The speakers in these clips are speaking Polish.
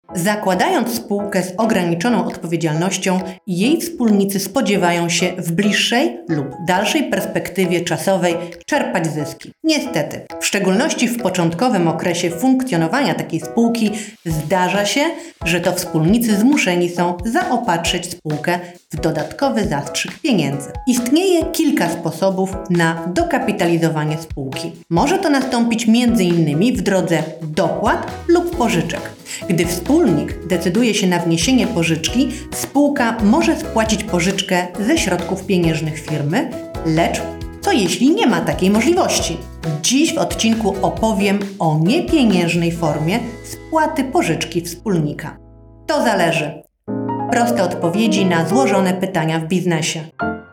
Zakładając spółkę z ograniczoną odpowiedzialnością, jej wspólnicy spodziewają się w bliższej lub dalszej perspektywie czasowej czerpać zyski. Niestety, w szczególności w początkowym okresie funkcjonowania takiej spółki zdarza się, że to wspólnicy zmuszeni są zaopatrzyć spółkę w dodatkowy zastrzyk pieniędzy. Istnieje kilka sposobów na dokapitalizowanie spółki. Może to nastąpić m.in. w drodze dopłat lub pożyczek. Gdy wspólnik decyduje się na wniesienie pożyczki, spółka może spłacić pożyczkę ze środków pieniężnych firmy, lecz co jeśli nie ma takiej możliwości? Dziś w odcinku opowiem o niepieniężnej formie spłaty pożyczki wspólnika. To zależy. Proste odpowiedzi na złożone pytania w biznesie.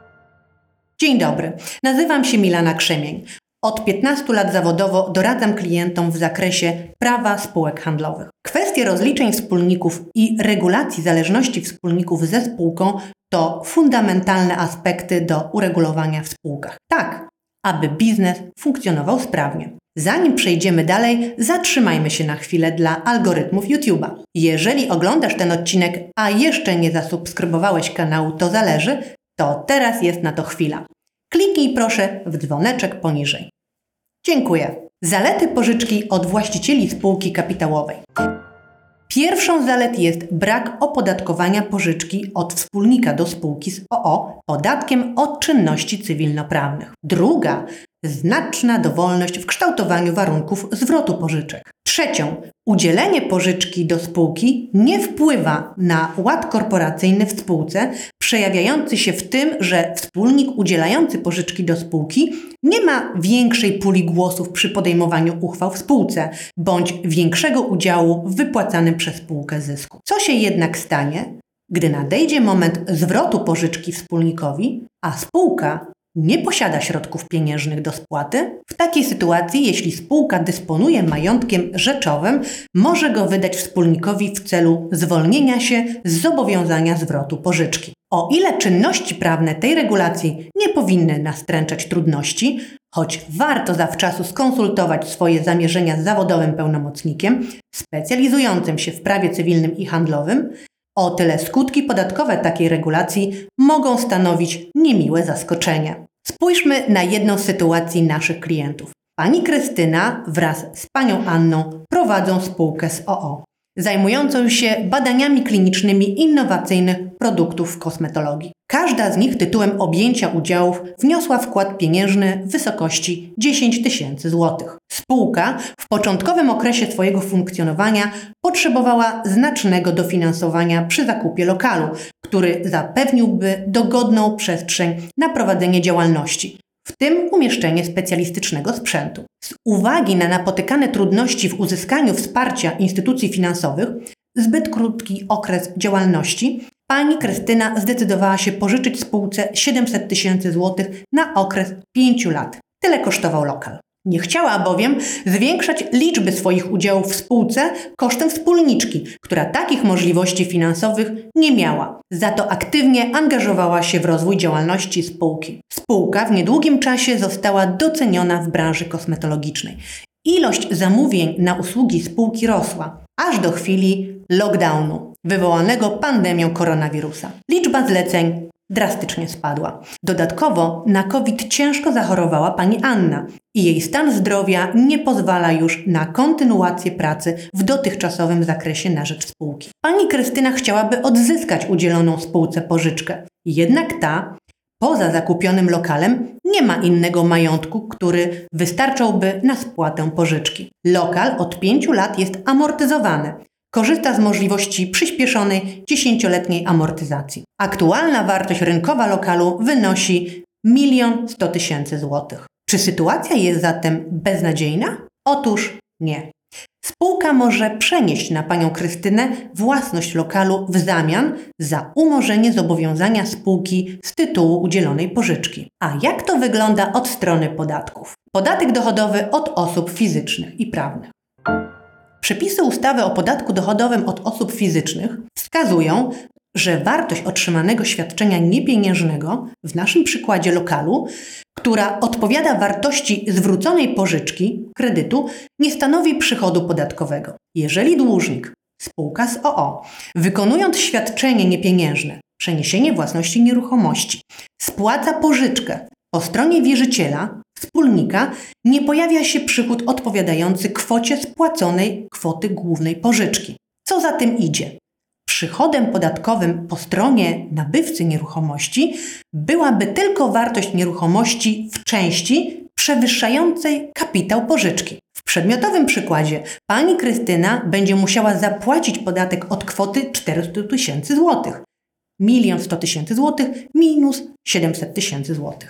Dzień dobry, nazywam się Milena Krzemień. Od 15 lat zawodowo doradzam klientom w zakresie prawa spółek handlowych. Kwestie rozliczeń wspólników i regulacji zależności wspólników ze spółką to fundamentalne aspekty do uregulowania w spółkach. Tak, aby biznes funkcjonował sprawnie. Zanim przejdziemy dalej, zatrzymajmy się na chwilę dla algorytmów YouTube'a. Jeżeli oglądasz ten odcinek, a jeszcze nie zasubskrybowałeś kanału To Zależy, to teraz jest na to chwila. Kliknij proszę w dzwoneczek poniżej. Dziękuję. Zalety pożyczki od właścicieli spółki kapitałowej. Pierwszą z zalet jest brak opodatkowania pożyczki od wspólnika do spółki z o.o. podatkiem od czynności cywilnoprawnych. Druga, znaczna dowolność w kształtowaniu warunków zwrotu pożyczek. Trzecią, udzielenie pożyczki do spółki nie wpływa na ład korporacyjny w spółce, przejawiający się w tym, że wspólnik udzielający pożyczki do spółki nie ma większej puli głosów przy podejmowaniu uchwał w spółce, bądź większego udziału w wypłacanym przez spółkę zysku. Co się jednak stanie, gdy nadejdzie moment zwrotu pożyczki wspólnikowi, a spółka nie posiada środków pieniężnych do spłaty? W takiej sytuacji, jeśli spółka dysponuje majątkiem rzeczowym, może go wydać wspólnikowi w celu zwolnienia się z zobowiązania zwrotu pożyczki. O ile czynności prawne tej regulacji nie powinny nastręczać trudności, choć warto zawczasu skonsultować swoje zamierzenia z zawodowym pełnomocnikiem specjalizującym się w prawie cywilnym i handlowym, o tyle skutki podatkowe takiej regulacji mogą stanowić niemiłe zaskoczenie. Spójrzmy na jedną z sytuacji naszych klientów. Pani Krystyna wraz z panią Anną prowadzą spółkę z o.o. zajmującą się badaniami klinicznymi innowacyjnych produktów w kosmetologii. Każda z nich tytułem objęcia udziałów wniosła wkład pieniężny w wysokości 10 000 złotych. Spółka w początkowym okresie swojego funkcjonowania potrzebowała znacznego dofinansowania przy zakupie lokalu, który zapewniłby dogodną przestrzeń na prowadzenie działalności, w tym umieszczenie specjalistycznego sprzętu. Z uwagi na napotykane trudności w uzyskaniu wsparcia instytucji finansowych, zbyt krótki okres działalności, pani Krystyna zdecydowała się pożyczyć spółce 700 000 złotych na okres 5 lat. Tyle kosztował lokal. Nie chciała bowiem zwiększać liczby swoich udziałów w spółce kosztem wspólniczki, która takich możliwości finansowych nie miała. Za to aktywnie angażowała się w rozwój działalności spółki. Spółka w niedługim czasie została doceniona w branży kosmetologicznej. Ilość zamówień na usługi spółki rosła, aż do chwili lockdownu wywołanego pandemią koronawirusa. Liczba zleceń drastycznie spadła. Dodatkowo na COVID ciężko zachorowała pani Anna i jej stan zdrowia nie pozwala już na kontynuację pracy w dotychczasowym zakresie na rzecz spółki. Pani Krystyna chciałaby odzyskać udzieloną spółce pożyczkę, jednak ta, poza zakupionym lokalem, nie ma innego majątku, który wystarczałby na spłatę pożyczki. Lokal od 5 lat jest amortyzowany. Korzysta z możliwości przyspieszonej 10-letniej amortyzacji. Aktualna wartość rynkowa lokalu wynosi 1 100 000 złotych. Czy sytuacja jest zatem beznadziejna? Otóż nie. Spółka może przenieść na panią Krystynę własność lokalu w zamian za umorzenie zobowiązania spółki z tytułu udzielonej pożyczki. A jak to wygląda od strony podatków? Podatek dochodowy od osób fizycznych i prawnych. Przepisy ustawy o podatku dochodowym od osób fizycznych wskazują, że wartość otrzymanego świadczenia niepieniężnego, w naszym przykładzie lokalu, która odpowiada wartości zwróconej pożyczki, kredytu, nie stanowi przychodu podatkowego. Jeżeli dłużnik spółka z o.o., wykonując świadczenie niepieniężne, przeniesienie własności nieruchomości, spłaca pożyczkę po stronie wierzyciela, wspólnika, nie pojawia się przychód odpowiadający kwocie spłaconej kwoty głównej pożyczki. Co za tym idzie? Przychodem podatkowym po stronie nabywcy nieruchomości byłaby tylko wartość nieruchomości w części przewyższającej kapitał pożyczki. W przedmiotowym przykładzie pani Krystyna będzie musiała zapłacić podatek od kwoty 400 000 złotych. 1 100 000 złotych minus 700 000 złotych.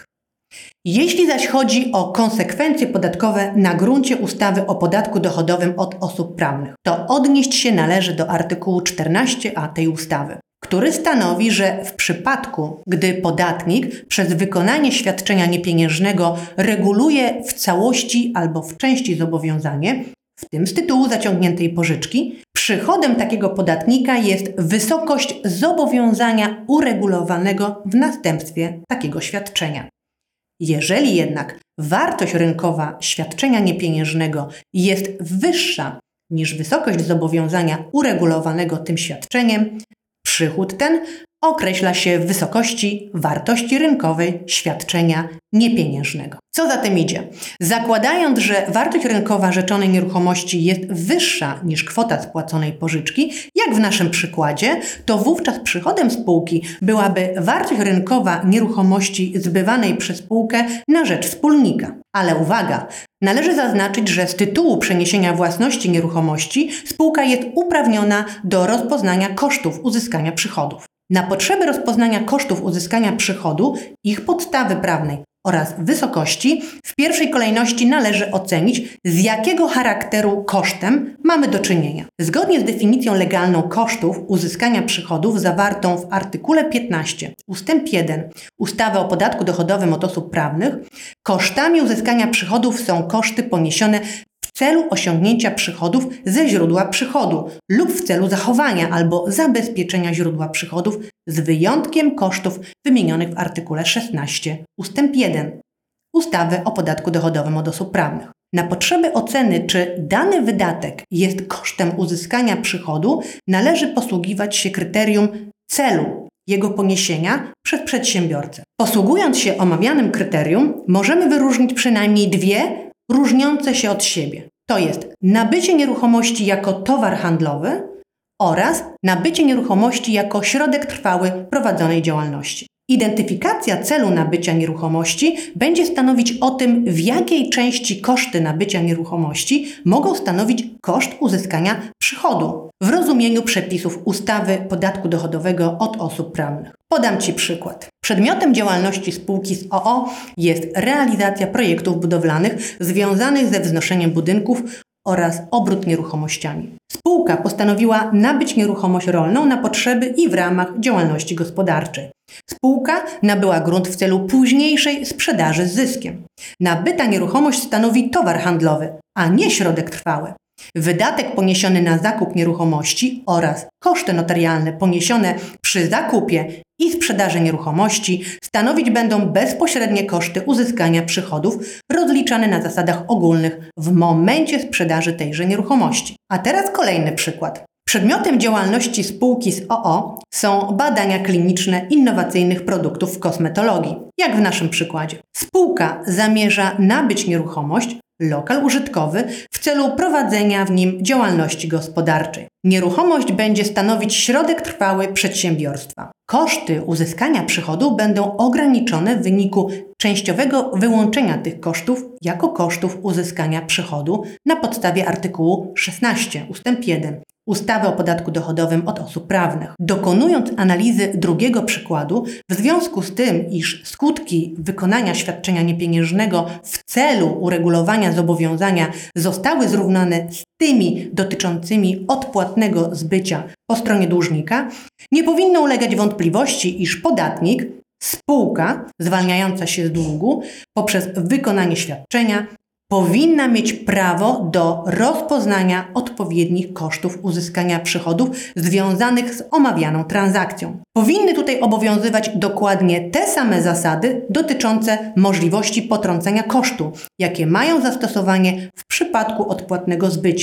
Jeśli zaś chodzi o konsekwencje podatkowe na gruncie ustawy o podatku dochodowym od osób prawnych, to odnieść się należy do artykułu 14a tej ustawy, który stanowi, że w przypadku, gdy podatnik przez wykonanie świadczenia niepieniężnego reguluje w całości albo w części zobowiązanie, w tym z tytułu zaciągniętej pożyczki, przychodem takiego podatnika jest wysokość zobowiązania uregulowanego w następstwie takiego świadczenia. Jeżeli jednak wartość rynkowa świadczenia niepieniężnego jest wyższa niż wysokość zobowiązania uregulowanego tym świadczeniem, przychód ten określa się w wysokości wartości rynkowej świadczenia niepieniężnego. Co za tym idzie? Zakładając, że wartość rynkowa rzeczonej nieruchomości jest wyższa niż kwota spłaconej pożyczki, jak w naszym przykładzie, to wówczas przychodem spółki byłaby wartość rynkowa nieruchomości zbywanej przez spółkę na rzecz wspólnika. Ale uwaga! Należy zaznaczyć, że z tytułu przeniesienia własności nieruchomości spółka jest uprawniona do rozpoznania kosztów uzyskania przychodów. Na potrzeby rozpoznania kosztów uzyskania przychodu, ich podstawy prawnej oraz wysokości w pierwszej kolejności należy ocenić, z jakiego charakteru kosztem mamy do czynienia. Zgodnie z definicją legalną kosztów uzyskania przychodów zawartą w artykule 15 ustęp 1 ustawy o podatku dochodowym od osób prawnych, kosztami uzyskania przychodów są koszty poniesione w celu osiągnięcia przychodów ze źródła przychodu lub w celu zachowania albo zabezpieczenia źródła przychodów z wyjątkiem kosztów wymienionych w artykule 16 ustęp 1 ustawy o podatku dochodowym od osób prawnych. Na potrzeby oceny, czy dany wydatek jest kosztem uzyskania przychodu, należy posługiwać się kryterium celu jego poniesienia przez przedsiębiorcę. Posługując się omawianym kryterium, możemy wyróżnić przynajmniej dwie różniące się od siebie. To jest nabycie nieruchomości jako towar handlowy oraz nabycie nieruchomości jako środek trwały prowadzonej działalności. Identyfikacja celu nabycia nieruchomości będzie stanowić o tym, w jakiej części koszty nabycia nieruchomości mogą stanowić koszt uzyskania przychodu w rozumieniu przepisów ustawy podatku dochodowego od osób prawnych. Podam Ci przykład. Przedmiotem działalności spółki z o.o. jest realizacja projektów budowlanych związanych ze wznoszeniem budynków oraz obrót nieruchomościami. Spółka postanowiła nabyć nieruchomość rolną na potrzeby i w ramach działalności gospodarczej. Spółka nabyła grunt w celu późniejszej sprzedaży z zyskiem. Nabyta nieruchomość stanowi towar handlowy, a nie środek trwały. Wydatek poniesiony na zakup nieruchomości oraz koszty notarialne poniesione przy zakupie i sprzedaży nieruchomości stanowić będą bezpośrednie koszty uzyskania przychodów rozliczane na zasadach ogólnych w momencie sprzedaży tejże nieruchomości. A teraz kolejny przykład. Przedmiotem działalności spółki z o.o. są badania kliniczne innowacyjnych produktów w kosmetologii, jak w naszym przykładzie. Spółka zamierza nabyć nieruchomość, lokal użytkowy, w celu prowadzenia w nim działalności gospodarczej. Nieruchomość będzie stanowić środek trwały przedsiębiorstwa. Koszty uzyskania przychodu będą ograniczone w wyniku częściowego wyłączenia tych kosztów jako kosztów uzyskania przychodu na podstawie artykułu 16 ustęp 1 ustawy o podatku dochodowym od osób prawnych. Dokonując analizy drugiego przykładu, w związku z tym, iż skutki wykonania świadczenia niepieniężnego w celu uregulowania zobowiązania zostały zrównane z tymi dotyczącymi odpłatnego zbycia po stronie dłużnika, nie powinno ulegać wątpliwości, iż podatnik, spółka zwalniająca się z długu poprzez wykonanie świadczenia powinna mieć prawo do rozpoznania odpowiednich kosztów uzyskania przychodów związanych z omawianą transakcją. Powinny tutaj obowiązywać dokładnie te same zasady dotyczące możliwości potrącenia kosztu, jakie mają zastosowanie w przypadku odpłatnego zbycia.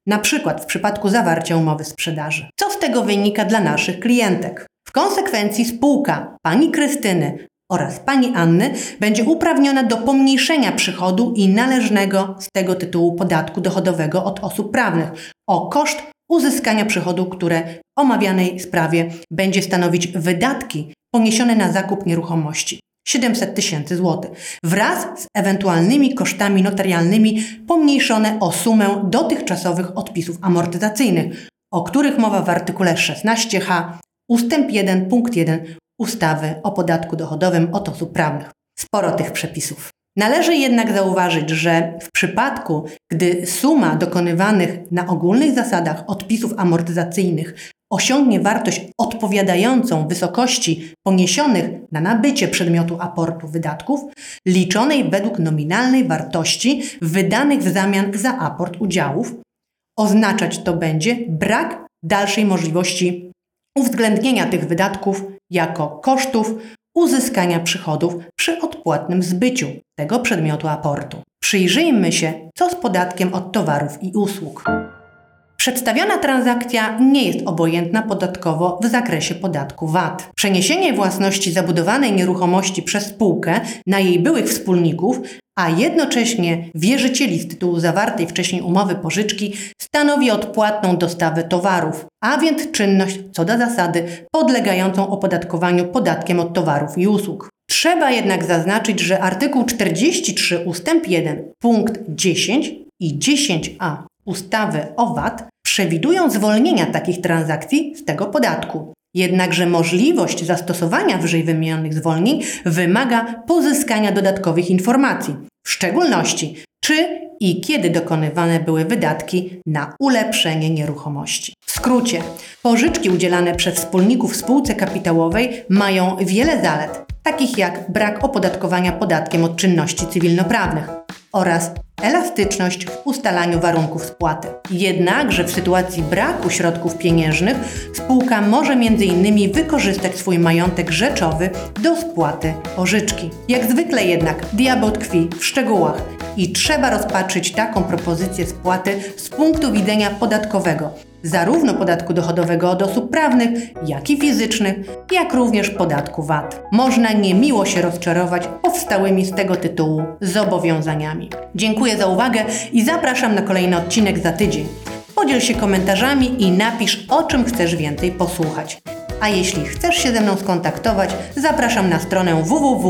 na przykład w przypadku zawarcia umowy sprzedaży. Co z tego wynika dla naszych klientek? W konsekwencji spółka pani Krystyny oraz pani Anny będzie uprawniona do pomniejszenia przychodu i należnego z tego tytułu podatku dochodowego od osób prawnych o koszt uzyskania przychodu, które w omawianej sprawie będzie stanowić wydatki poniesione na zakup nieruchomości. 700 000 złotych wraz z ewentualnymi kosztami notarialnymi pomniejszone o sumę dotychczasowych odpisów amortyzacyjnych, o których mowa w artykule 16h ustęp 1 punkt 1 ustawy o podatku dochodowym od osób prawnych. Sporo tych przepisów. Należy jednak zauważyć, że w przypadku, gdy suma dokonywanych na ogólnych zasadach odpisów amortyzacyjnych osiągnie wartość odpowiadającą wysokości poniesionych na nabycie przedmiotu aportu wydatków, liczonej według nominalnej wartości wydanych w zamian za aport udziałów, oznaczać to będzie brak dalszej możliwości uwzględnienia tych wydatków jako kosztów uzyskania przychodów przy odpłatnym zbyciu tego przedmiotu aportu. Przyjrzyjmy się, co z podatkiem od towarów i usług. Przedstawiona transakcja nie jest obojętna podatkowo w zakresie podatku VAT. Przeniesienie własności zabudowanej nieruchomości przez spółkę na jej byłych wspólników, a jednocześnie wierzycieli z tytułu zawartej wcześniej umowy pożyczki stanowi odpłatną dostawę towarów, a więc czynność co do zasady podlegającą opodatkowaniu podatkiem od towarów i usług. Trzeba jednak zaznaczyć, że artykuł 43 ustęp 1 punkt 10 i 10a ustawy o VAT przewidują zwolnienia takich transakcji z tego podatku. Jednakże możliwość zastosowania wyżej wymienionych zwolnień wymaga pozyskania dodatkowych informacji, w szczególności czy i kiedy dokonywane były wydatki na ulepszenie nieruchomości. W skrócie, pożyczki udzielane przez wspólników w spółce kapitałowej mają wiele zalet, takich jak brak opodatkowania podatkiem od czynności cywilnoprawnych oraz elastyczność w ustalaniu warunków spłaty. Jednakże w sytuacji braku środków pieniężnych spółka może m.in. wykorzystać swój majątek rzeczowy do spłaty pożyczki. Jak zwykle jednak diabeł tkwi w szczegółach i trzeba rozpatrzyć taką propozycję spłaty z punktu widzenia podatkowego, zarówno podatku dochodowego od osób prawnych, jak i fizycznych, jak również podatku VAT. Można niemiło się rozczarować powstałymi z tego tytułu zobowiązaniami. Dziękuję za uwagę i zapraszam na kolejny odcinek za tydzień. Podziel się komentarzami i napisz, o czym chcesz więcej posłuchać. A jeśli chcesz się ze mną skontaktować, zapraszam na stronę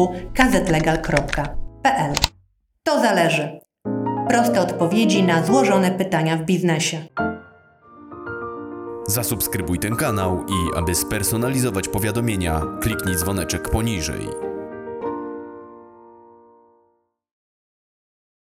www.kzlegal.pl. To zależy. Proste odpowiedzi na złożone pytania w biznesie. Zasubskrybuj ten kanał i aby spersonalizować powiadomienia, kliknij dzwoneczek poniżej.